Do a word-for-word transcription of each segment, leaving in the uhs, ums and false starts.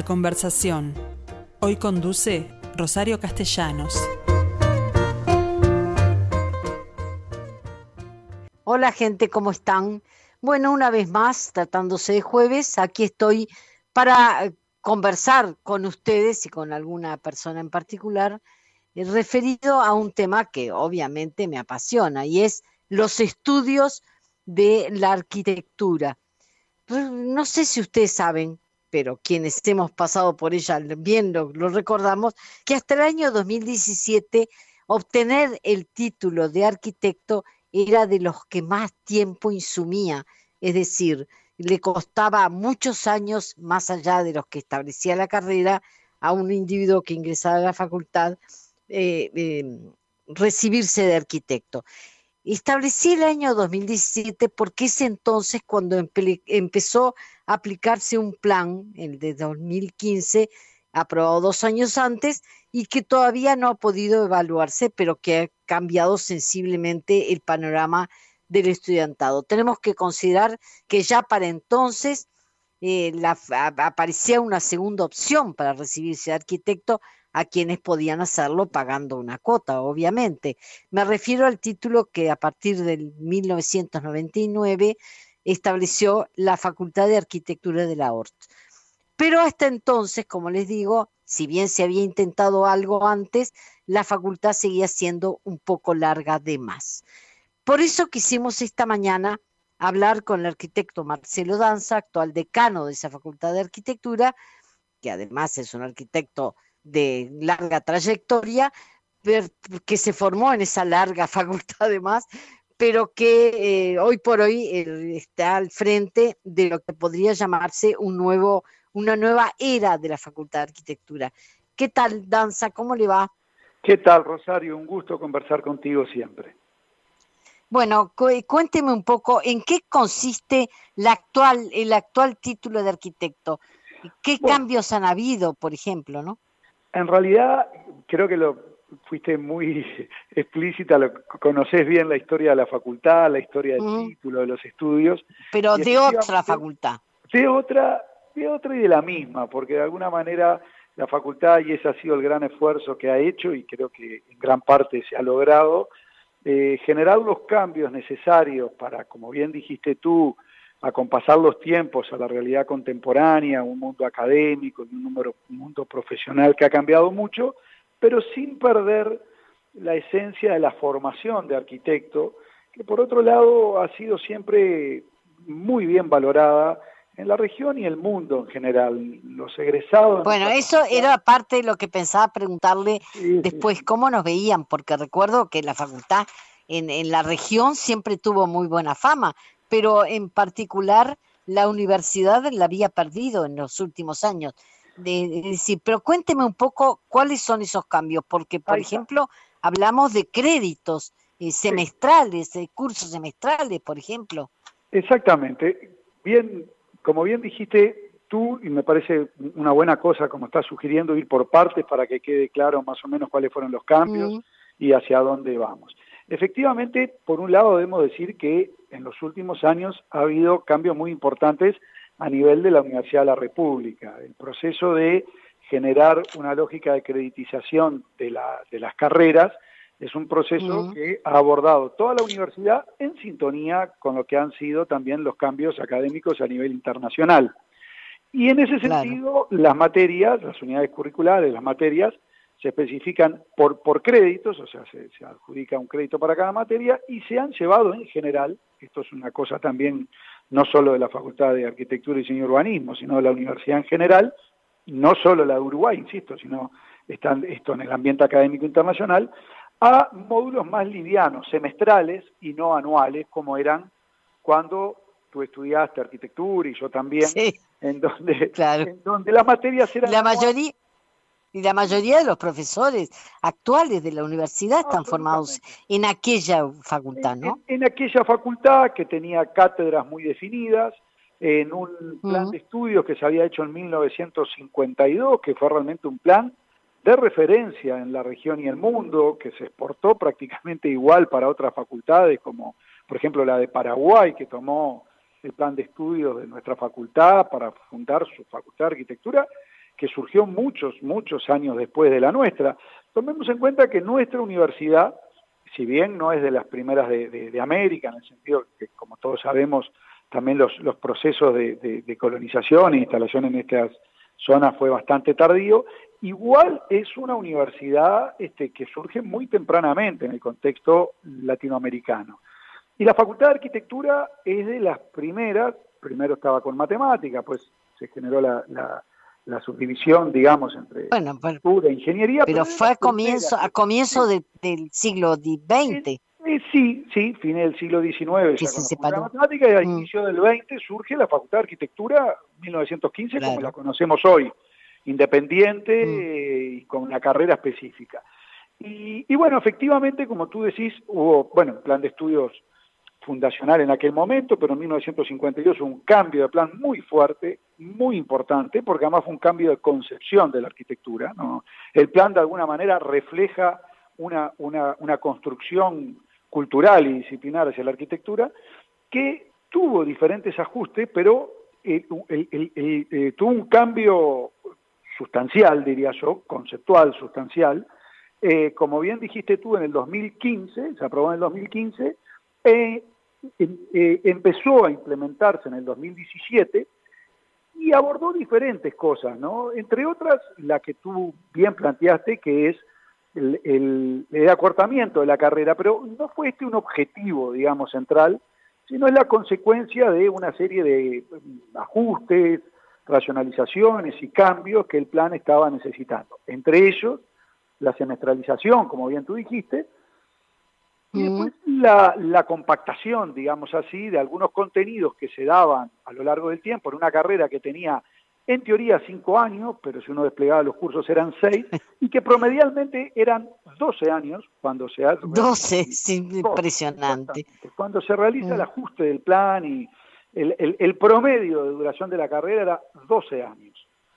conversación. Hoy conduce Rosario Castellanos. Hola gente, ¿cómo están? Bueno, una vez más, tratándose de jueves, aquí estoy para conversar con ustedes y con alguna persona en particular, eh, referido a un tema que obviamente me apasiona y es los estudios de la arquitectura. No sé si ustedes saben, pero quienes hemos pasado por ella bien lo, lo recordamos, que hasta el año dos mil diecisiete obtener el título de arquitecto era de los que más tiempo insumía, es decir, le costaba muchos años, más allá de los que establecía la carrera, a un individuo que ingresaba a la facultad, eh, eh, recibirse de arquitecto. Establecí el año dos mil diecisiete porque es entonces cuando empe empezó a aplicarse un plan, el de dos mil quince, aprobado dos años antes, y que todavía no ha podido evaluarse, pero que ha cambiado sensiblemente el panorama del estudiantado. Tenemos que considerar que ya para entonces eh, la, a, aparecía una segunda opción para recibirse de arquitecto a quienes podían hacerlo pagando una cuota, obviamente. Me refiero al título que a partir del mil novecientos noventa y nueve estableció la Facultad de Arquitectura de la O R T. Pero hasta entonces, como les digo, si bien se había intentado algo antes, la facultad seguía siendo un poco larga de más. Por eso quisimos esta mañana hablar con el arquitecto Marcelo Danza, actual decano de esa Facultad de Arquitectura, que además es un arquitecto de larga trayectoria, que se formó en esa larga facultad además, pero que eh, hoy por hoy eh, está al frente de lo que podría llamarse un nuevo, una nueva era de la Facultad de Arquitectura. ¿Qué tal, Danza? ¿Cómo le va? ¿Qué tal, Rosario? Un gusto conversar contigo siempre. Bueno, cu cuénteme un poco en qué consiste la actual, el actual título de arquitecto. ¿Qué bueno, cambios han habido, por ejemplo, no? En realidad, creo que lo fuiste muy explícita, lo, conocés bien la historia de la facultad, la historia del Uh-huh. título, de los estudios. Pero de otra facultad. De otra, de otra y de la misma, porque de alguna manera la facultad, y ese ha sido el gran esfuerzo que ha hecho, y creo que en gran parte se ha logrado, eh, generar los cambios necesarios para, como bien dijiste tú, acompasar los tiempos a la realidad contemporánea, un mundo académico y un, número, un mundo profesional que ha cambiado mucho, pero sin perder la esencia de la formación de arquitecto, que por otro lado ha sido siempre muy bien valorada en la región y el mundo en general. Los egresados... Bueno, eso facultad, era parte de lo que pensaba preguntarle sí, después, sí. cómo nos veían, porque recuerdo que la facultad en, en la región siempre tuvo muy buena fama, pero en particular la universidad la había perdido en los últimos años. De, de decir, pero cuénteme un poco cuáles son esos cambios, porque, por Ahí está. ejemplo, hablamos de créditos eh, semestrales, de cursos semestrales, por ejemplo. Exactamente. Bien, como bien dijiste tú, y me parece una buena cosa, como estás sugiriendo, ir por partes para que quede claro más o menos cuáles fueron los cambios mm. y hacia dónde vamos. Efectivamente, por un lado debemos decir que en los últimos años ha habido cambios muy importantes a nivel de la Universidad de la República. El proceso de generar una lógica de creditización de, la, de las carreras es un proceso uh-huh. que ha abordado toda la universidad en sintonía con lo que han sido también los cambios académicos a nivel internacional. Y en ese sentido, claro. las materias, las unidades curriculares, las materias, se especifican por, por créditos, o sea, se, se adjudica un crédito para cada materia, y se han llevado en general, esto es una cosa también no solo de la Facultad de Arquitectura y Diseño y Urbanismo, sino de la universidad en general, no solo la de Uruguay, insisto, sino están, esto en el ambiente académico internacional, a módulos más livianos, semestrales y no anuales, como eran cuando tú estudiaste arquitectura y yo también, sí, en, donde, claro. en donde las materias eran la anuales. mayoría Y la mayoría de los profesores actuales de la universidad están formados en aquella facultad, ¿no? En, en, en aquella facultad que tenía cátedras muy definidas, en un plan uh-huh. de estudios que se había hecho en mil novecientos cincuenta y dos, que fue realmente un plan de referencia en la región y el mundo, que se exportó prácticamente igual para otras facultades, como por ejemplo la de Paraguay, que tomó el plan de estudios de nuestra facultad para fundar su facultad de arquitectura, que surgió muchos, muchos años después de la nuestra. Tomemos en cuenta que nuestra universidad, si bien no es de las primeras de, de, de América, en el sentido que, como todos sabemos, también los, los procesos de, de, de colonización e instalación en estas zonas fue bastante tardío, igual es una universidad este, que surge muy tempranamente en el contexto latinoamericano. Y la Facultad de Arquitectura es de las primeras, primero estaba con matemática, pues se generó la, la, la subdivisión, digamos, entre bueno, pero, arquitectura e ingeniería. Pero, pero fue a comienzo, a comienzo de, del siglo veinte. Eh, eh, sí, sí, fin del siglo diecinueve, que ya se con la separó. Facultad de Matemática, y al mm. inicio del veinte surge la Facultad de Arquitectura, mil novecientos quince, claro. como la conocemos hoy, independiente mm. eh, y con una carrera específica. Y, y bueno, efectivamente, como tú decís, hubo, bueno, un plan de estudios fundacional en aquel momento, pero en mil novecientos cincuenta y dos hubo un cambio de plan muy fuerte, muy importante, porque además fue un cambio de concepción de la arquitectura, ¿no? El plan de alguna manera refleja una, una, una construcción cultural y disciplinar hacia la arquitectura que tuvo diferentes ajustes, pero eh, el, el, el, eh, tuvo un cambio sustancial, diría yo, conceptual, sustancial. Eh, como bien dijiste tú, en el dos mil quince, se aprobó en el dos mil quince, eh, eh, empezó a implementarse en el dos mil diecisiete y abordó diferentes cosas, ¿no? Entre otras, la que tú bien planteaste, que es el, el, el acortamiento de la carrera, pero no fue este un objetivo, digamos, central, sino es la consecuencia de una serie de ajustes, racionalizaciones y cambios que el plan estaba necesitando. Entre ellos, la semestralización, como bien tú dijiste, y después la, la compactación, digamos así, de algunos contenidos que se daban a lo largo del tiempo en una carrera que tenía, en teoría, cinco años, pero si uno desplegaba los cursos eran seis, y que promedialmente eran doce años cuando se hace... doce, sí, impresionante. Cuando se realiza mm. el ajuste del plan y el, el, el promedio de duración de la carrera era doce años.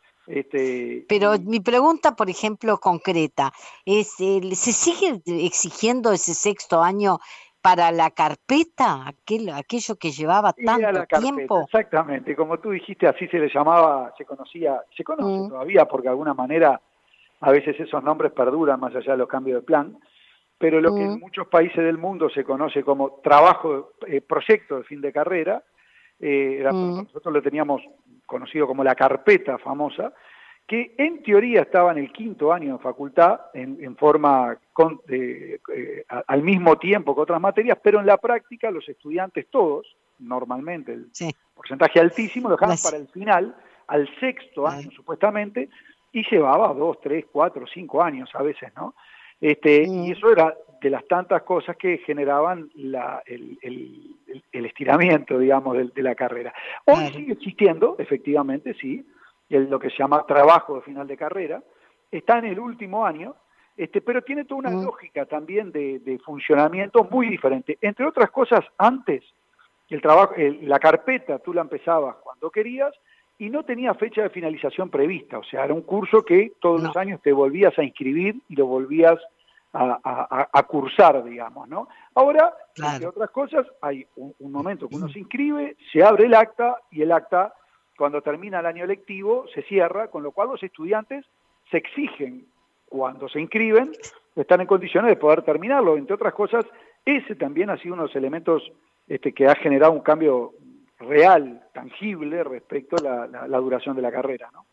Este, Pero y... mi pregunta, por ejemplo, concreta, es el, ¿se sigue exigiendo ese sexto año para la carpeta, aquel, aquello que llevaba tanto la carpeta, tiempo? Exactamente, como tú dijiste, así se le llamaba, se conocía, se conoce mm. todavía, porque de alguna manera a veces esos nombres perduran más allá de los cambios de plan, pero lo mm. que en muchos países del mundo se conoce como trabajo, eh, proyecto de fin de carrera, eh, era, mm. nosotros lo teníamos conocido como la carpeta famosa, que en teoría estaba en el quinto año de facultad, en, en forma con, eh, eh, al mismo tiempo que otras materias, pero en la práctica los estudiantes todos, normalmente el sí. porcentaje altísimo, lo dejaban Las... para el final, al sexto año Ay. supuestamente, y llevaba dos, tres, cuatro, cinco años a veces, ¿no? Este, mm. Y eso era de las tantas cosas que generaban la, el, el, el, el estiramiento, digamos, de, de la carrera. Hoy claro. sigue existiendo, efectivamente, sí, el, lo que se llama trabajo de final de carrera, está en el último año, este, pero tiene toda una mm. lógica también de, de funcionamiento muy diferente. Entre otras cosas, antes, el trabajo, el, la carpeta tú la empezabas cuando querías y no tenía fecha de finalización prevista, o sea, era un curso que todos no. los años te volvías a inscribir y lo volvías a, a, a cursar, digamos, ¿no? Ahora, claro. entre otras cosas, hay un, un momento que uno se inscribe, se abre el acta y el acta, cuando termina el año lectivo, se cierra, con lo cual los estudiantes se exigen, cuando se inscriben, están en condiciones de poder terminarlo. Entre otras cosas, ese también ha sido uno de los elementos este, que ha generado un cambio real, tangible, respecto a la, la, la duración de la carrera, ¿no?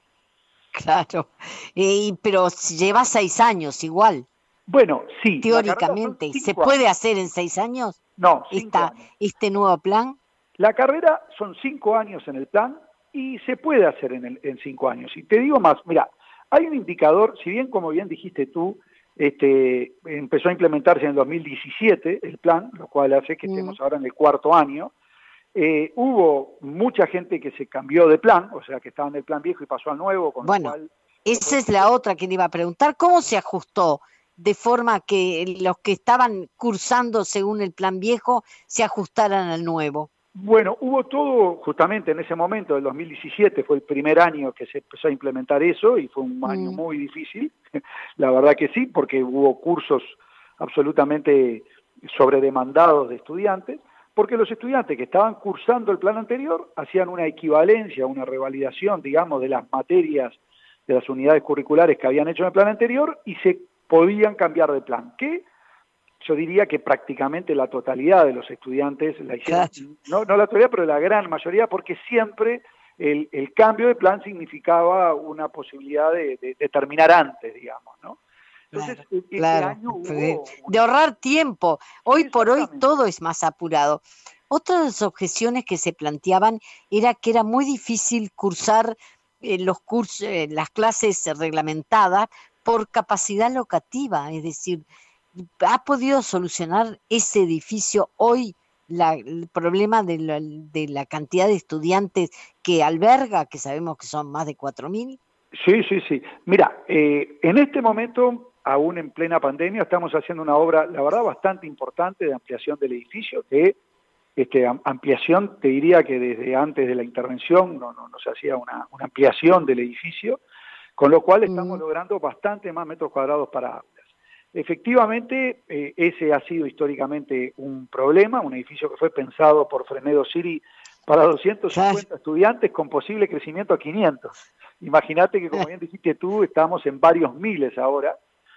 Claro, eh, pero lleva seis años igual. Bueno, sí. Teóricamente, ¿se puede años. hacer en seis años? No, cinco esta, años. ¿Este nuevo plan? La carrera son cinco años en el plan y se puede hacer en, el, en cinco años. Y te digo más, mira, hay un indicador, si bien, como bien dijiste tú, este, empezó a implementarse en el dos mil diecisiete el plan, lo cual hace que mm. estemos ahora en el cuarto año. Eh, hubo mucha gente que se cambió de plan, o sea, que estaba en el plan viejo y pasó al nuevo. Con bueno, lo cual, esa es la otra que le iba a preguntar. ¿Cómo se ajustó de forma que los que estaban cursando según el plan viejo se ajustaran al nuevo? Bueno, hubo todo, justamente en ese momento, el dos mil diecisiete fue el primer año que se empezó a implementar eso y fue un año mm. muy difícil, la verdad que sí, porque hubo cursos absolutamente sobredemandados de estudiantes, porque los estudiantes que estaban cursando el plan anterior hacían una equivalencia, una revalidación, digamos, de las materias de las unidades curriculares que habían hecho en el plan anterior y se podían cambiar de plan, que yo diría que prácticamente la totalidad de los estudiantes la hicieron, claro. no, no la totalidad, pero la gran mayoría, porque siempre el, el cambio de plan significaba una posibilidad de, de, de terminar antes, digamos, ¿no? Entonces, claro, este claro. año hubo de ahorrar tiempo. Hoy por hoy todo es más apurado. Otra de las objeciones que se planteaban era que era muy difícil cursar eh, los cursos, eh, las clases reglamentadas por capacidad locativa, es decir, ¿ha podido solucionar ese edificio hoy la, el problema de la, de la cantidad de estudiantes que alberga, que sabemos que son más de cuatro mil? Sí, sí, sí. Mira, eh, en este momento, aún en plena pandemia, estamos haciendo una obra, la verdad, bastante importante de ampliación del edificio, que este, ampliación, te diría que desde antes de la intervención no, no, no se hacía una, una ampliación del edificio, con lo cual estamos mm. logrando bastante más metros cuadrados para aulas. Efectivamente, eh, ese ha sido históricamente un problema, un edificio que fue pensado por Frenedo Siri para doscientos cincuenta estudiantes con posible crecimiento a quinientos. Imagínate que, como bien dijiste tú, estamos en varios miles ahora.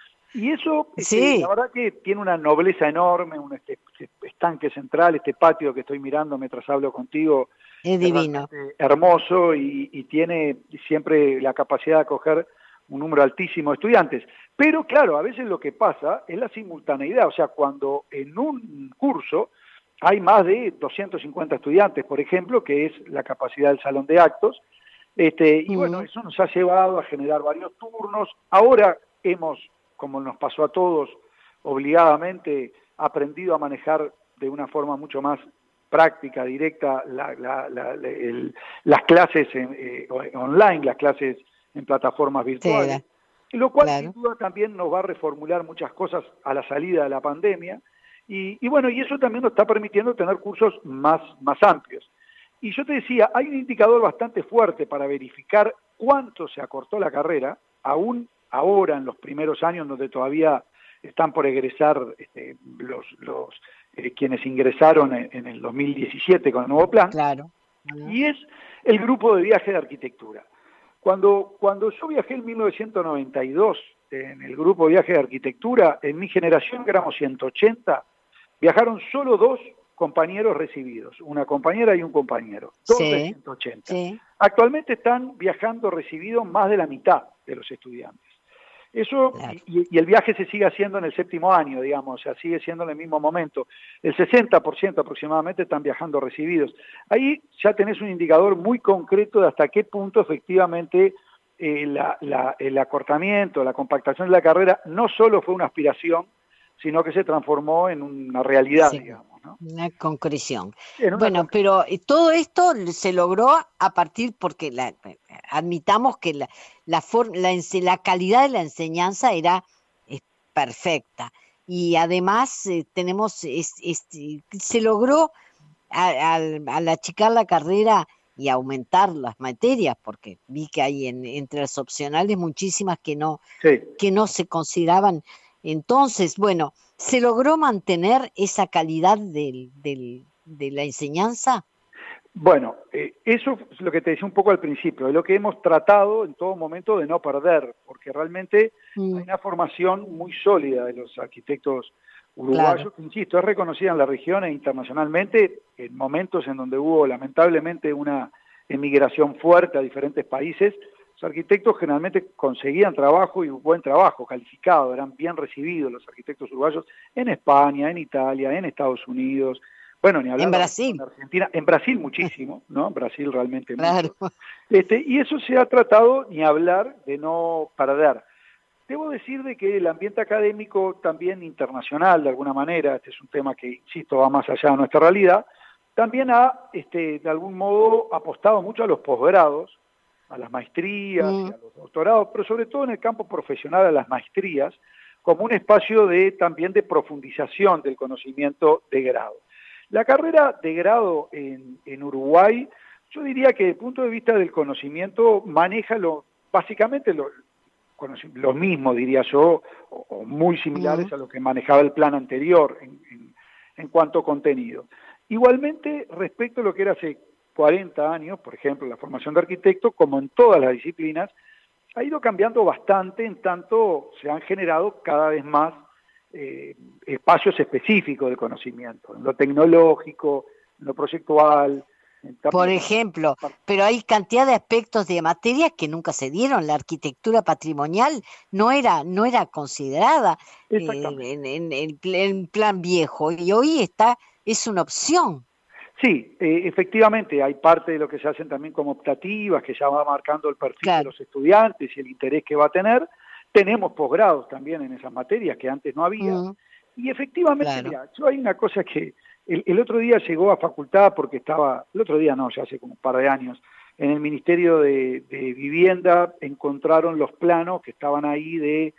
Y eso, sí. este, la verdad que tiene una nobleza enorme, un este, este estanque central, este patio que estoy mirando mientras hablo contigo. Es divino. Hermoso y, y tiene siempre la capacidad de acoger un número altísimo de estudiantes. Pero claro, a veces lo que pasa es la simultaneidad, o sea, cuando en un curso hay más de doscientos cincuenta estudiantes, por ejemplo, que es la capacidad del salón de actos, este, y bueno, eso nos ha llevado a generar varios turnos. Ahora hemos, como nos pasó a todos, obligadamente aprendido a manejar de una forma mucho más práctica, directa, la, la, la, la, el, las clases en, eh, online, las clases en plataformas virtuales, sí, lo cual claro. sin duda también nos va a reformular muchas cosas a la salida de la pandemia, y, y bueno, y eso también nos está permitiendo tener cursos más, más amplios. Y yo te decía, hay un indicador bastante fuerte para verificar cuánto se acortó la carrera, aún ahora en los primeros años donde todavía están por egresar este, los, los eh, quienes ingresaron en, en el dos mil diecisiete con el nuevo plan, claro. Uh-huh. Y es el grupo de viaje de arquitectura. Cuando, cuando yo viajé en mil novecientos noventa y dos en el grupo de viaje de arquitectura, en mi generación, que éramos ciento ochenta, viajaron solo dos compañeros recibidos, una compañera y un compañero, dos sí, de ciento ochenta. Sí. Actualmente están viajando recibidos más de la mitad de los estudiantes. Eso, claro. y, y el viaje se sigue haciendo en el séptimo año, digamos, o sea, sigue siendo en el mismo momento. El sesenta por ciento aproximadamente están viajando recibidos. Ahí ya tenés un indicador muy concreto de hasta qué punto efectivamente eh, la, la, el acortamiento, la compactación de la carrera no solo fue una aspiración, sino que se transformó en una realidad, sí, digamos, ¿no? Una concreción. Una bueno, concreción. Pero todo esto se logró a partir, porque la, admitamos que la, la, for, la, la calidad de la enseñanza era es, perfecta, y además eh, tenemos, es, es, se logró al, al achicar la carrera y aumentar las materias, porque vi que hay en, entre las opcionales muchísimas que no, sí. que no se consideraban. Entonces, bueno, ¿se logró mantener esa calidad del, del, de la enseñanza? Bueno, eh, eso es lo que te decía un poco al principio, es lo que hemos tratado en todo momento de no perder, porque realmente mm. hay una formación muy sólida de los arquitectos uruguayos, claro. que, insisto, es reconocida en la región e internacionalmente en momentos en donde hubo lamentablemente una emigración fuerte a diferentes países. Los arquitectos generalmente conseguían trabajo y buen trabajo, calificado, eran bien recibidos los arquitectos uruguayos en España, en Italia, en Estados Unidos, bueno, ni hablar en Brasil. En Argentina, en Brasil muchísimo, ¿no? En Brasil realmente claro. mucho. Este, y eso se ha tratado, ni hablar, de no perder. Debo decir de que el ambiente académico también internacional, de alguna manera, este es un tema que, insisto, va más allá de nuestra realidad, también ha, este, de algún modo, apostado mucho a los posgrados, a las maestrías, mm. y a los doctorados, pero sobre todo en el campo profesional a las maestrías, como un espacio de también de profundización del conocimiento de grado. La carrera de grado en, en Uruguay, yo diría que desde el punto de vista del conocimiento maneja lo, básicamente lo, lo mismo, diría yo, o, o muy similares mm. a lo que manejaba el plan anterior en, en, en cuanto a contenido. Igualmente, respecto a lo que era hace cuarenta años, por ejemplo, la formación de arquitecto, como en todas las disciplinas, ha ido cambiando bastante, en tanto se han generado cada vez más eh, espacios específicos de conocimiento, en lo tecnológico, en lo proyectual. Por ejemplo, pero hay cantidad de aspectos de materias que nunca se dieron. La arquitectura patrimonial no era no era considerada eh, en, en, en, en plan viejo, y hoy está es una opción. Sí, eh, efectivamente, hay parte de lo que se hacen también como optativas, que ya va marcando el perfil claro. de los estudiantes y el interés que va a tener. Tenemos posgrados también en esas materias que antes no había. Mm. Y efectivamente, claro. mira, yo hay una cosa que el, el otro día llegó a facultad porque estaba, el otro día no, ya hace como un par de años, en el Ministerio de, de Vivienda encontraron los planos que estaban ahí de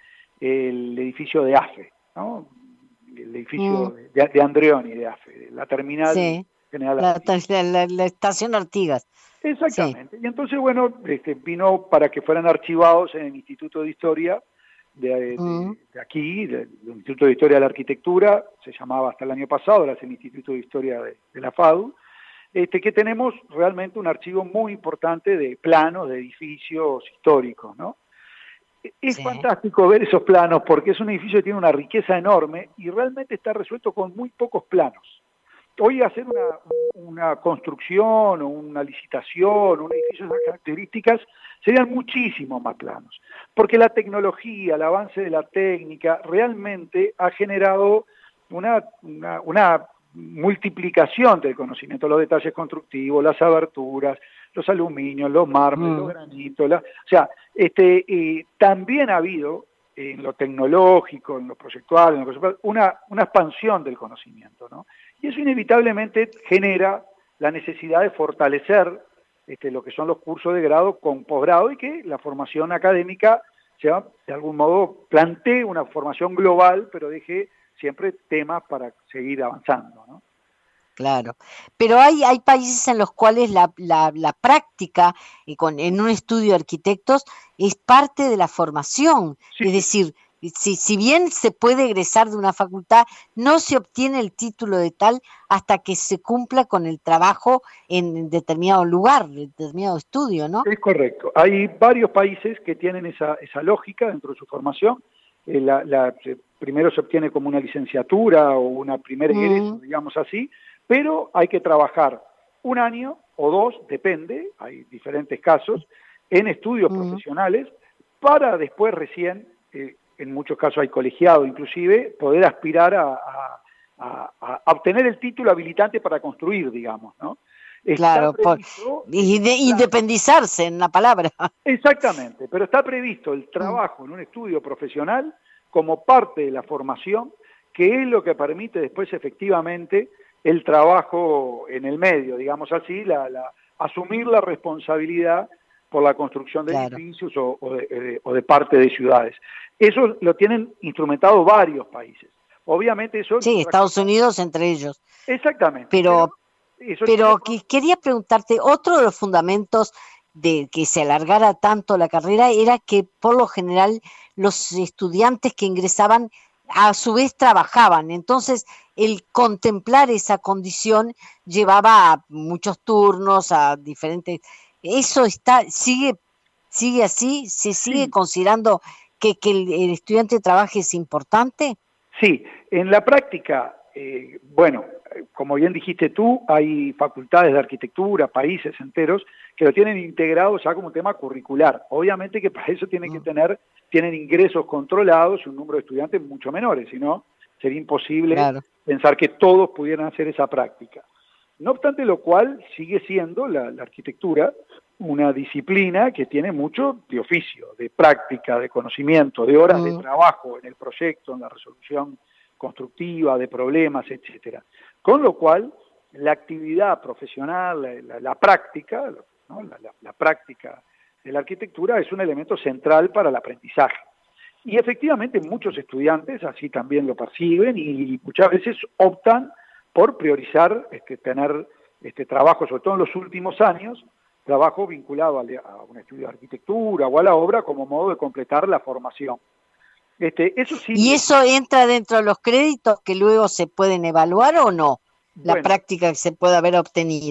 el edificio de AFE, ¿no? El edificio mm. de, de Andreoni de AFE, la terminal sí. general. La, la, la, la estación Artigas. Exactamente. Sí. Y entonces, bueno, este, vino para que fueran archivados en el Instituto de Historia de, mm. de, de aquí, del de Instituto de Historia de la Arquitectura, se llamaba hasta el año pasado, ahora es el Instituto de Historia de, de la FADU, este, que tenemos realmente un archivo muy importante de planos de edificios históricos, ¿no? Es sí. fantástico ver esos planos porque es un edificio que tiene una riqueza enorme y realmente está resuelto con muy pocos planos. Hoy hacer una, una construcción o una licitación, un edificio de esas características, serían muchísimos más planos, porque la tecnología, el avance de la técnica, realmente ha generado una, una, una multiplicación del conocimiento, los detalles constructivos, las aberturas, los aluminios, los mármoles, mm. los granitos, la, o sea, este, eh, también ha habido en lo tecnológico, en lo proyectual, en lo conceptual, una, una expansión del conocimiento, ¿no? Y eso inevitablemente genera la necesidad de fortalecer este, lo que son los cursos de grado con posgrado y que la formación académica sea, de algún modo, plantee una formación global, pero deje siempre temas para seguir avanzando, ¿no? Claro, pero hay, hay países en los cuales la, la, la práctica y con, en un estudio de arquitectos es parte de la formación, sí. Es decir, si, si bien se puede egresar de una facultad, no se obtiene el título de tal hasta que se cumpla con el trabajo en determinado lugar, en determinado estudio, ¿no? Es correcto, hay varios países que tienen esa, esa lógica dentro de su formación. Eh, la, la, primero se obtiene como una licenciatura o una primera egreso, mm. digamos así, pero hay que trabajar un año o dos, depende, hay diferentes casos, en estudios mm. profesionales, para después recién, eh, en muchos casos hay colegiado inclusive, poder aspirar a, a, a, a obtener el título habilitante para construir, digamos, ¿no? Está claro, previsto, por, y de, independizarse en la palabra. Exactamente, pero está previsto el trabajo mm. en un estudio profesional como parte de la formación, que es lo que permite después efectivamente el trabajo en el medio, digamos así, la, la, asumir la responsabilidad por la construcción de claro. edificios o, o, de, de, o de parte de ciudades. Eso lo tienen instrumentado varios países. Obviamente eso... Sí, Estados Unidos entre ellos. Exactamente. Pero, pero, pero tiene... quería preguntarte, otro de los fundamentos de que se alargara tanto la carrera era que por lo general los estudiantes que ingresaban a su vez trabajaban, entonces el contemplar esa condición llevaba a muchos turnos, a diferentes... ¿Eso está sigue sigue así? ¿Se sigue sí. considerando que, que el, el estudiante trabaje es importante? Sí, en la práctica, eh, bueno, como bien dijiste tú, hay facultades de arquitectura, países enteros, que lo tienen integrado ya como tema curricular. Obviamente que para eso tienen mm. que tener, tienen ingresos controlados y un número de estudiantes mucho menores, si no, sería imposible claro. pensar que todos pudieran hacer esa práctica. No obstante lo cual, sigue siendo la, la arquitectura una disciplina que tiene mucho de oficio, de práctica, de conocimiento, de horas mm. de trabajo en el proyecto, en la resolución constructiva, de problemas, etcétera. Con lo cual, la actividad profesional, la, la, la práctica, ¿no? la, la, la práctica de la arquitectura es un elemento central para el aprendizaje. Y efectivamente muchos estudiantes así también lo perciben y muchas veces optan por priorizar este, tener este trabajo, sobre todo en los últimos años, trabajo vinculado a, a un estudio de arquitectura o a la obra como modo de completar la formación. Este, eso sí, ¿Y eso entra dentro de los créditos que luego se pueden evaluar o no? La bueno, práctica que se puede haber obtenido.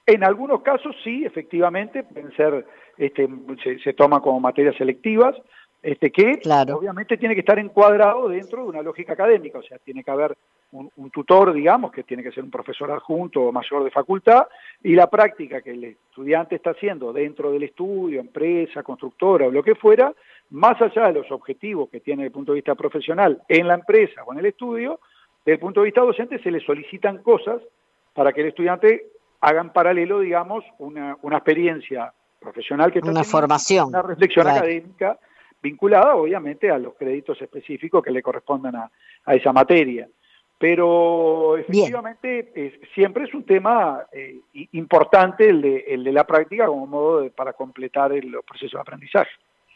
En algunos casos sí, efectivamente, pueden ser, este, se, se toman como materias selectivas, este, que Claro. obviamente tiene que estar encuadrado dentro de una lógica académica, o sea, tiene que haber un, un tutor, digamos, que tiene que ser un profesor adjunto o mayor de facultad, y la práctica que el estudiante está haciendo dentro del estudio, empresa, constructora o lo que fuera, más allá de los objetivos que tiene desde el punto de vista profesional en la empresa o en el estudio, desde el punto de vista docente se le solicitan cosas para que el estudiante haga en paralelo, digamos, una, una experiencia profesional que está una teniendo, formación, una reflexión claro. académica vinculada, obviamente, a los créditos específicos que le correspondan a, a esa materia. Pero efectivamente es, siempre es un tema eh, importante el de, el de la práctica como modo de, para completar el, los procesos de aprendizaje.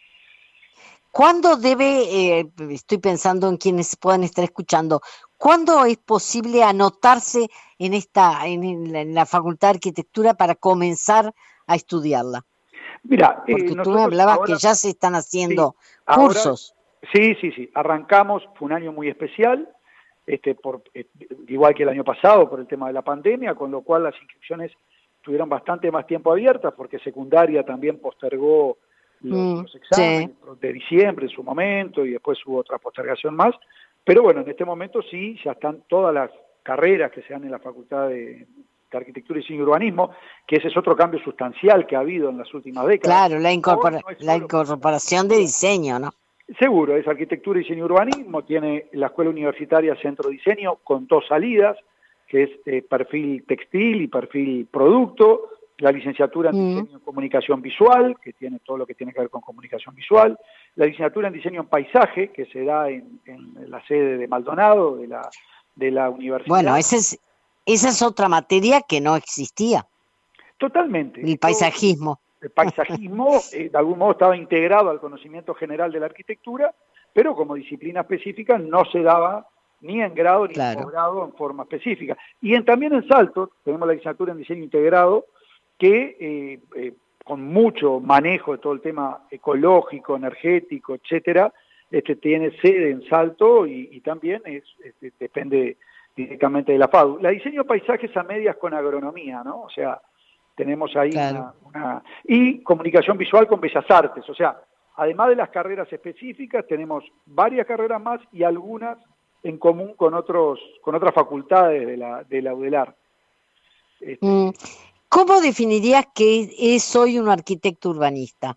¿Cuándo debe, eh, estoy pensando en quienes puedan estar escuchando, cuándo es posible anotarse en esta, en, en la Facultad de Arquitectura para comenzar a estudiarla? Mira, porque eh, tú me hablabas ahora, que ya se están haciendo sí, cursos. Ahora, sí, sí, sí. Arrancamos, fue un año muy especial, este, por, eh, igual que el año pasado por el tema de la pandemia, con lo cual las inscripciones tuvieron bastante más tiempo abiertas, porque secundaria también postergó los, mm, los exámenes sí. de diciembre en su momento, y después hubo otra postergación más. Pero bueno, en este momento sí, ya están todas las carreras que se dan en la Facultad de de Arquitectura, Diseño y Urbanismo, que ese es otro cambio sustancial que ha habido en las últimas décadas. Claro, la, incorpora no, no la incorporación de diseño, ¿no? Seguro, es Arquitectura, Diseño y Urbanismo, tiene la Escuela Universitaria Centro Diseño con dos salidas, que es eh, perfil textil y perfil producto, la licenciatura en mm. Diseño y Comunicación Visual, que tiene todo lo que tiene que ver con comunicación visual, la licenciatura en Diseño en Paisaje, que se da en, en la sede de Maldonado, de la, de la universidad. Bueno, ese es... Esa es otra materia que no existía. Totalmente. El paisajismo. El paisajismo, eh, de algún modo, estaba integrado al conocimiento general de la arquitectura, pero como disciplina específica no se daba ni en grado ni claro. en posgrado en forma específica. Y en, también en Salto tenemos la licenciatura en Diseño Integrado, que eh, eh, con mucho manejo de todo el tema ecológico, energético, etcétera, este, tiene sede en Salto y, y también es, este, depende directamente de la FADU. La diseño paisajes a medias con agronomía, ¿no? O sea, tenemos ahí claro. una, una... Y comunicación visual con Bellas Artes, o sea, además de las carreras específicas, tenemos varias carreras más y algunas en común con otros con otras facultades de la, de la UDELAR. Este... ¿Cómo definirías que es hoy un arquitecto urbanista?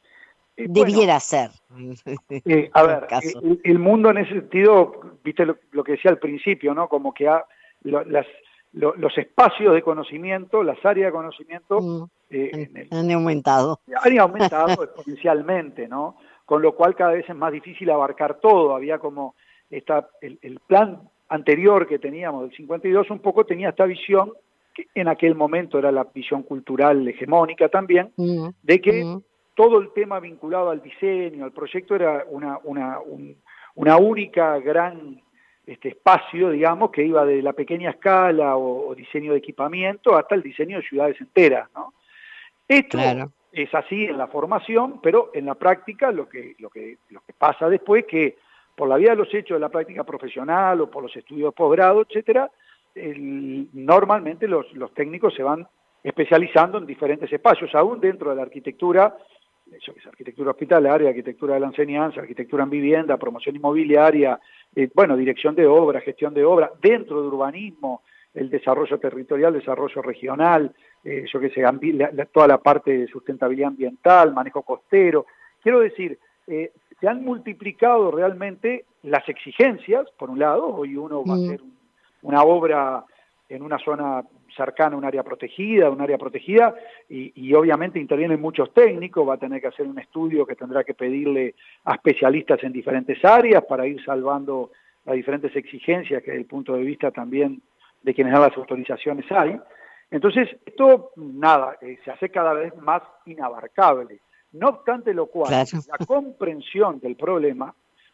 Eh, Debiera bueno, ser. Eh, a ver, el, el mundo en ese sentido, viste lo, lo que decía al principio, ¿no? Como que ha, lo, las, lo, los espacios de conocimiento, las áreas de conocimiento... Mm, eh, han, en el, han aumentado. Han aumentado exponencialmente, ¿no? Con lo cual cada vez es más difícil abarcar todo. Había como esta, el, el plan anterior que teníamos del cincuenta y dos un poco tenía esta visión, que en aquel momento era la visión cultural hegemónica también, mm, de que... Mm. todo el tema vinculado al diseño, al proyecto, era una, una, un, una única gran este, espacio, digamos, que iba de la pequeña escala o, o diseño de equipamiento hasta el diseño de ciudades enteras, ¿no? Esto claro. es así en la formación, pero en la práctica lo que, lo que, lo que pasa después es que por la vía de los hechos de la práctica profesional o por los estudios de posgrado, etcétera, el, normalmente los, los técnicos se van especializando en diferentes espacios, aún dentro de la arquitectura, eso es arquitectura hospitalaria, arquitectura de la enseñanza, arquitectura en vivienda, promoción inmobiliaria, eh, bueno, dirección de obra, gestión de obra, dentro de urbanismo, el desarrollo territorial, desarrollo regional, eh, yo qué sé, la, la, toda la parte de sustentabilidad ambiental, manejo costero. Quiero decir, eh, se han multiplicado realmente las exigencias, por un lado, hoy uno va mm. a hacer un, una obra en una zona cercana a un área protegida, un área protegida, y, y obviamente intervienen muchos técnicos, va a tener que hacer un estudio que tendrá que pedirle a especialistas en diferentes áreas para ir salvando las diferentes exigencias que desde el punto de vista también de quienes dan las autorizaciones hay. Entonces, esto, nada, eh, se hace cada vez más inabarcable. No obstante lo cual, claro. la comprensión del problema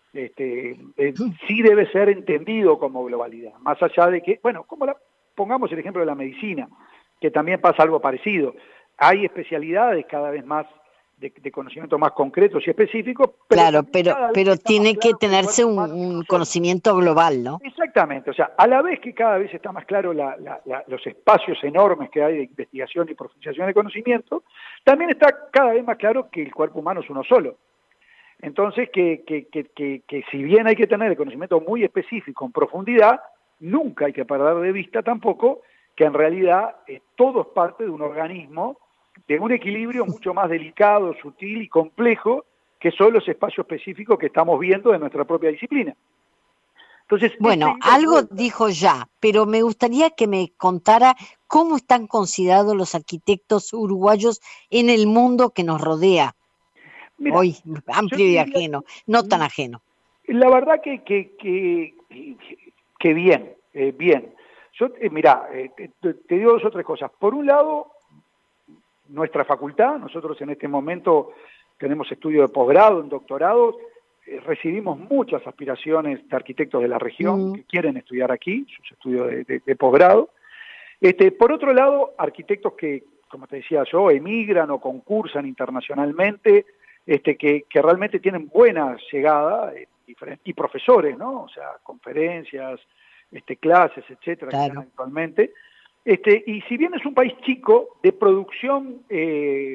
este, eh, sí debe ser entendido como globalidad, más allá de que, bueno, como la... Pongamos el ejemplo de la medicina, que también pasa algo parecido. Hay especialidades cada vez más de, de conocimientos más concretos y específicos. Pero claro, pero, pero tiene que claro tenerse un, un conocimiento global, ¿no? Exactamente, o sea, a la vez que cada vez está más claro la, la, la, los espacios enormes que hay de investigación y profundización de conocimiento, también está cada vez más claro que el cuerpo humano es uno solo. Entonces, que, que, que, que, que si bien hay que tener el conocimiento muy específico en profundidad, nunca hay que perder de vista tampoco que en realidad eh, todo es parte de un organismo de un equilibrio mucho más delicado, sutil y complejo que son los espacios específicos que estamos viendo de nuestra propia disciplina. Entonces, bueno, este algo vuelta, dijo ya, pero me gustaría que me contara cómo están considerados los arquitectos uruguayos en el mundo que nos rodea. Mira, hoy, amplio y ajeno, no tan ajeno. La verdad que, que, que, que bien, eh, bien. Yo, eh, mirá, eh, te, te digo dos o tres cosas. Por un lado, nuestra facultad, nosotros en este momento tenemos estudio de posgrado, en doctorado, eh, recibimos muchas aspiraciones de arquitectos de la región mm. que quieren estudiar aquí, sus estudios de, de, de posgrado. Este, por otro lado, arquitectos que, como te decía yo, emigran o concursan internacionalmente, este, que, que realmente tienen buena llegada, eh, y profesores, ¿no? O sea, conferencias, este, clases, etcétera, claro. que dan actualmente. Este, y si bien es un país chico, de producción eh,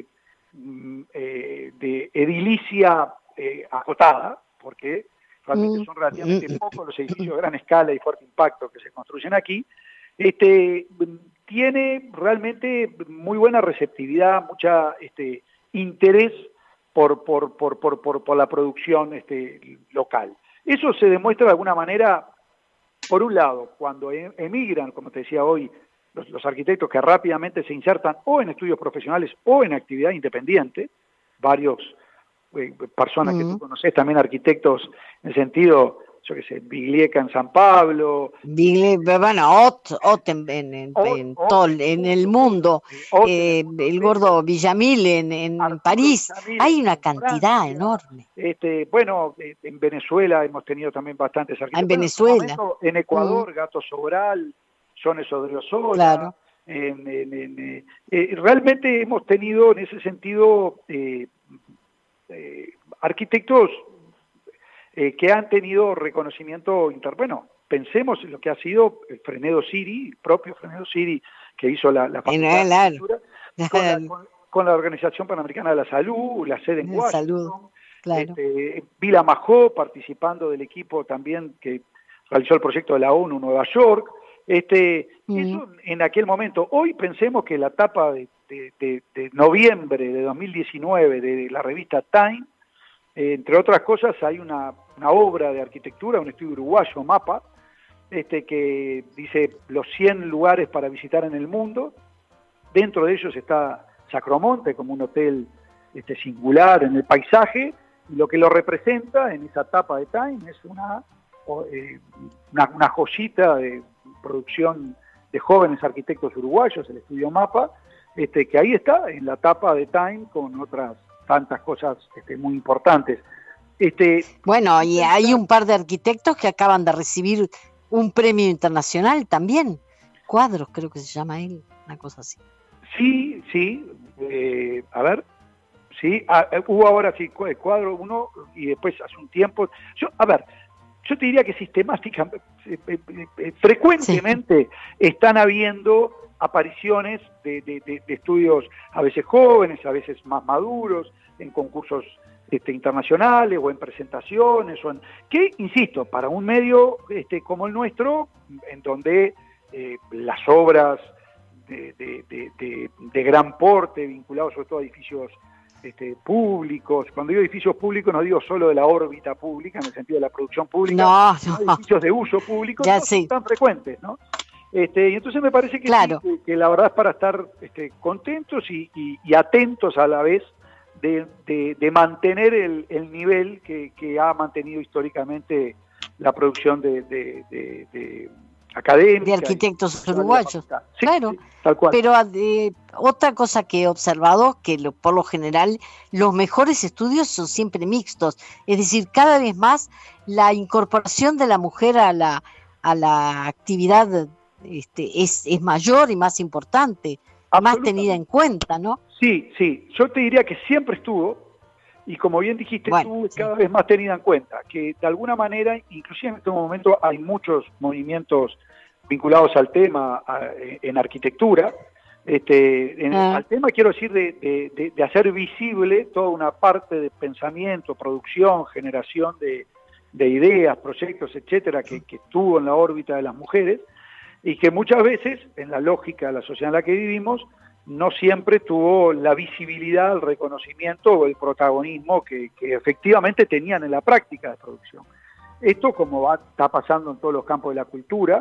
eh, de edilicia eh, acotada, porque realmente mm. son relativamente mm. pocos los edificios de gran escala y fuerte impacto que se construyen aquí, este, tiene realmente muy buena receptividad, mucha este, interés por, por, por, por, por, por la producción este, local. Eso se demuestra de alguna manera, por un lado, cuando emigran, como te decía hoy, los, los arquitectos que rápidamente se insertan o en estudios profesionales o en actividad independiente, varios eh, personas mm. que tú conoces, también arquitectos en sentido, yo qué sé, Biglieca en San Pablo. Biglieca, bueno, Ot, Ot en, en, en, Ot, en, Ot, Tol, en el mundo, Ot, eh, el, el gordo Villamil en, en París, Villamil, hay una cantidad Francia, enorme. Este, bueno, en Venezuela hemos tenido también bastantes arquitectos. En Venezuela. En, en Ecuador, mm. Gato Sobral, Jones Odriozola. Claro. En, en, en, eh, realmente hemos tenido en ese sentido eh, eh, arquitectos Eh, que han tenido reconocimiento inter... Bueno, pensemos en lo que ha sido el Frenedo Siri, el propio Frenedo Siri, que hizo la, la Facultad de Arquitectura, con la, con, con la Organización Panamericana de la Salud, la sede en Washington, Salud, claro. este, Vila Majó participando del equipo también que realizó el proyecto de la ONU Nueva York, este, mm. eso en aquel momento. Hoy pensemos que la etapa de, de, de, de noviembre de dos mil diecinueve de la revista Time, Eh, entre otras cosas, hay una, una obra de arquitectura, un estudio uruguayo, MAPA, este, que dice los cien lugares para visitar en el mundo. Dentro de ellos está Sacromonte como un hotel este, singular en el paisaje, y lo que lo representa en esa etapa de Time es una, eh, una, una joyita de producción de jóvenes arquitectos uruguayos, el estudio MAPA, este, que ahí está, en la etapa de Time, con otras tantas cosas este, muy importantes. Este, bueno, y hay un par de arquitectos que acaban de recibir un premio internacional también, Cuadros creo que se llama él, una cosa así. Sí, sí, eh, a ver, sí, ah, hubo ahora sí, Cuadro uno, y después hace un tiempo, yo, a ver, yo te diría que sistemáticamente, eh, eh, eh, frecuentemente sí. están habiendo apariciones de, de, de, de estudios a veces jóvenes, a veces más maduros, en concursos este, internacionales o en presentaciones, o en, que, insisto, para un medio este, como el nuestro, en donde eh, las obras de, de, de, de, de gran porte, vinculados sobre todo a edificios este, públicos, cuando digo edificios públicos no digo solo de la órbita pública, en el sentido de la producción pública, no, sino no. edificios de uso público, ya no sí. son tan frecuentes, ¿no? Este, y entonces me parece que, claro. sí, que, que la verdad es para estar este, contentos y, y, y atentos a la vez de, de, de mantener el, el nivel que, que ha mantenido históricamente la producción de, de, de, de académica. De arquitectos y, uruguayos, sí, claro. Sí, tal cual. Pero eh, otra cosa que he observado, que lo, por lo general los mejores estudios son siempre mixtos, es decir, cada vez más la incorporación de la mujer a la, a la actividad Este, es, es mayor y más importante. más tenida en cuenta, ¿no? Sí, sí, yo te diría que siempre estuvo, y como bien dijiste bueno, tú, sí. cada vez más tenida en cuenta, que de alguna manera, inclusive en este momento hay muchos movimientos vinculados al tema a, en arquitectura, este, en, ah. al tema quiero decir de, de, de, de hacer visible toda una parte de pensamiento, producción, generación de, de ideas, proyectos, etcétera, que, que estuvo en la órbita de las mujeres, y que muchas veces, en la lógica de la sociedad en la que vivimos, no siempre tuvo la visibilidad, el reconocimiento o el protagonismo que, que efectivamente tenían en la práctica de producción. Esto, como va, está pasando en todos los campos de la cultura,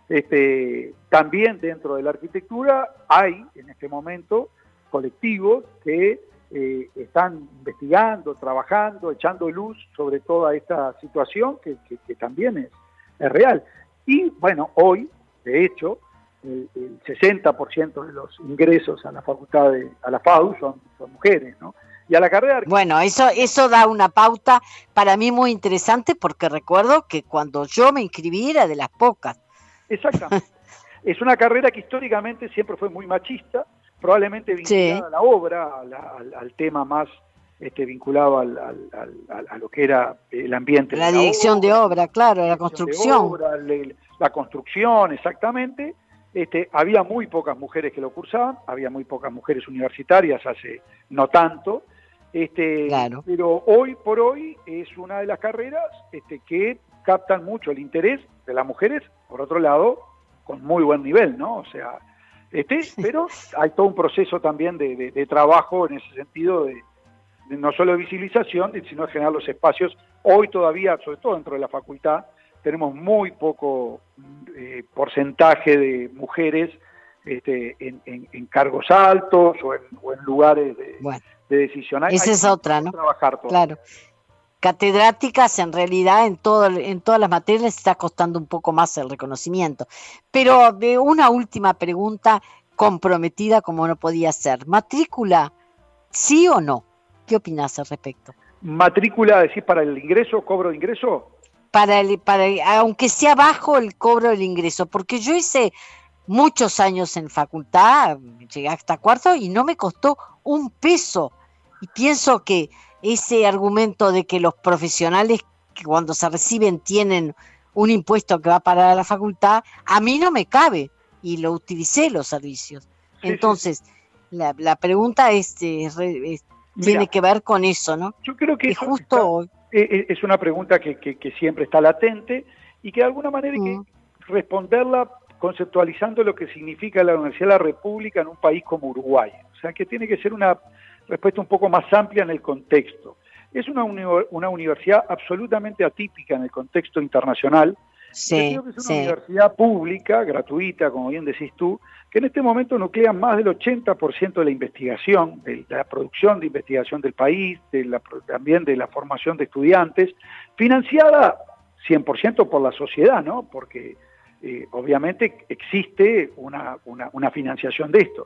este, también dentro de la arquitectura hay en este momento colectivos que eh, están investigando, trabajando, echando luz sobre toda esta situación que, que, que también es, es real. Y bueno, hoy, de hecho, El, el sesenta por ciento de los ingresos a la facultad de, a la FADU son, son mujeres, ¿no? Y a la carrera de bueno, eso, eso da una pauta para mí muy interesante, porque recuerdo que cuando yo me inscribí era de las pocas. Exactamente. Es una carrera que históricamente siempre fue muy machista, probablemente vinculada sí. a la obra, a la, al, al tema más este, vinculado al, al, al, a lo que era el ambiente. La de la dirección obra, de obra, claro, la construcción. Obra, le, la construcción, exactamente. Este, había muy pocas mujeres que lo cursaban, había muy pocas mujeres universitarias hace no tanto, este, claro. pero hoy por hoy es una de las carreras este, que captan mucho el interés de las mujeres, por otro lado, con muy buen nivel, ¿no? O sea, este, pero hay todo un proceso también de, de, de trabajo en ese sentido, de, de no solo de visibilización, sino de generar los espacios. Hoy todavía, sobre todo dentro de la facultad, tenemos muy poco eh, porcentaje de mujeres este, en, en, en cargos altos o en, o en lugares de, bueno, de decisión. Hay, esa hay es otra, ¿no? Trabajar claro. Catedráticas, en realidad, en, todo, en todas las materias les está costando un poco más el reconocimiento. Pero de una última pregunta comprometida como no podía ser. ¿Matrícula, sí o no? ¿Qué opinas al respecto? ¿Matrícula, decís, para el ingreso, cobro de ingreso? Para el, para el, aunque sea bajo el cobro del ingreso, porque yo hice muchos años en facultad, llegué hasta cuarto y no me costó un peso, y pienso que ese argumento de que los profesionales que cuando se reciben tienen un impuesto que va a parar a la facultad, a mí no me cabe, y lo utilicé los servicios. Sí, entonces sí. La, la pregunta es, es, es Mira, tiene que ver con eso, ¿no? Yo creo que, que eso justo está... es una pregunta que, que, que siempre está latente y que de alguna manera hay mm. que responderla conceptualizando lo que significa la Universidad de la República en un país como Uruguay. O sea, que tiene que ser una respuesta un poco más amplia en el contexto. Es una, uni una universidad absolutamente atípica en el contexto internacional. Sí, creo que es una sí. universidad pública, gratuita, como bien decís tú, que en este momento nuclea más del ochenta por ciento de la investigación, de la producción de investigación del país, de la, también de la formación de estudiantes, financiada cien por ciento por la sociedad, ¿no? Porque eh, obviamente existe una, una, una financiación de esto.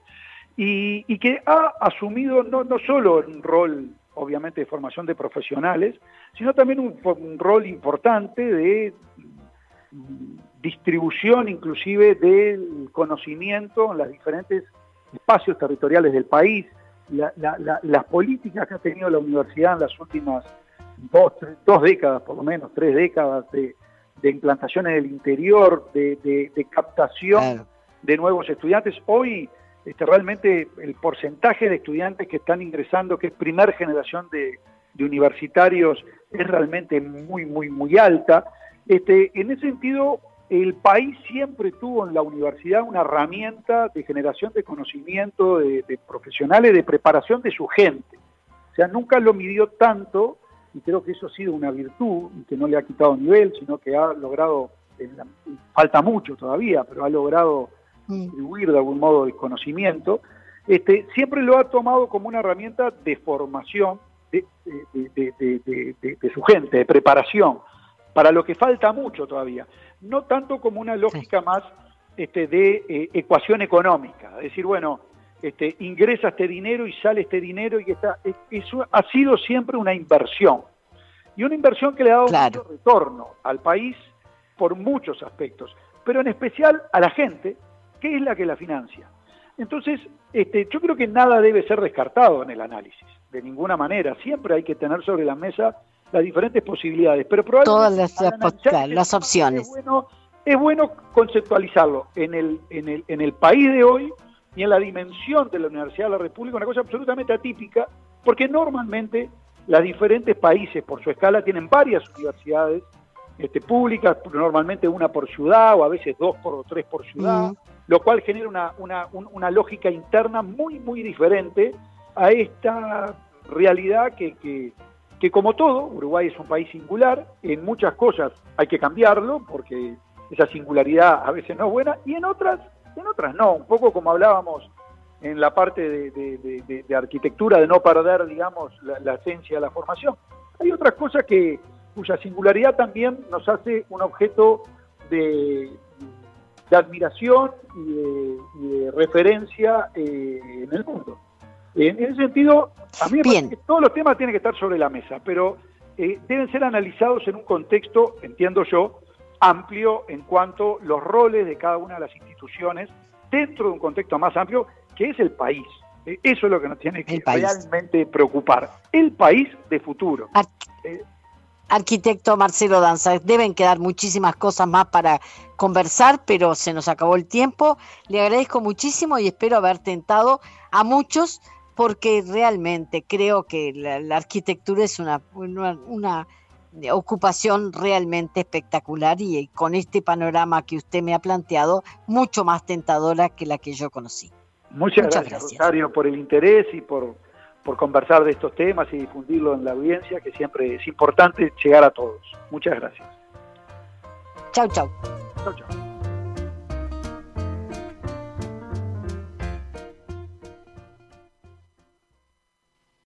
Y, y que ha asumido no, no solo un rol, obviamente, de formación de profesionales, sino también un, un rol importante de distribución inclusive del conocimiento en los diferentes espacios territoriales del país, la, la, la, las políticas que ha tenido la universidad en las últimas dos, tres, dos décadas, por lo menos tres décadas de, de implantación en el interior, de, de, de captación claro. de nuevos estudiantes. Hoy este, realmente el porcentaje de estudiantes que están ingresando, que es primer generación de, de universitarios, es realmente muy, muy, muy alta. Este, en ese sentido, el país siempre tuvo en la universidad una herramienta de generación de conocimiento, de, de profesionales, de preparación de su gente. O sea, nunca lo midió tanto, y creo que eso ha sido una virtud, y que no le ha quitado nivel, sino que ha logrado, en la, falta mucho todavía, pero ha logrado distribuir de algún modo el conocimiento. Este, siempre lo ha tomado como una herramienta de formación de, de, de, de, de, de, de su gente, de preparación, para lo que falta mucho todavía, no tanto como una lógica más este, de eh, ecuación económica, es decir, bueno, este, ingresa este dinero y sale este dinero, y está, eso ha sido siempre una inversión, y una inversión que le ha dado claro. mucho retorno al país por muchos aspectos, pero en especial a la gente, que es la que la financia. Entonces, este, yo creo que nada debe ser descartado en el análisis, de ninguna manera. Siempre hay que tener sobre la mesa las diferentes posibilidades, pero probablemente todas las, las, las opciones. Es bueno, es bueno conceptualizarlo en el, en, el, en el país de hoy y en la dimensión de la Universidad de la República, una cosa absolutamente atípica, porque normalmente los diferentes países por su escala tienen varias universidades este, públicas, normalmente una por ciudad o a veces dos por, o tres por ciudad, mm. lo cual genera una, una, un, una lógica interna muy, muy diferente a esta realidad que, que, que como todo, Uruguay es un país singular, en muchas cosas hay que cambiarlo porque esa singularidad a veces no es buena y en otras, en otras no, un poco como hablábamos en la parte de, de, de, de arquitectura, de no perder, digamos, la, la esencia de la formación. Hay otras cosas que cuya singularidad también nos hace un objeto de, de admiración y de, y de referencia eh, en el mundo. En ese sentido, a mí me parece que todos los temas tienen que estar sobre la mesa, pero eh, deben ser analizados en un contexto, entiendo yo, amplio en cuanto a los roles de cada una de las instituciones dentro de un contexto más amplio, que es el país. Eh, eso es lo que nos tiene que realmente preocupar. El país de futuro. Ar eh, Arquitecto Marcelo Danza, deben quedar muchísimas cosas más para conversar, pero se nos acabó el tiempo. Le agradezco muchísimo y espero haber tentado a muchos, porque realmente creo que la, la arquitectura es una, una, una ocupación realmente espectacular y, y con este panorama que usted me ha planteado, mucho más tentadora que la que yo conocí. Muchas, Muchas gracias, gracias, Rosario, por el interés y por, por conversar de estos temas y difundirlo en la audiencia, que siempre es importante llegar a todos. Muchas gracias. Chau, chau. Chau, chau.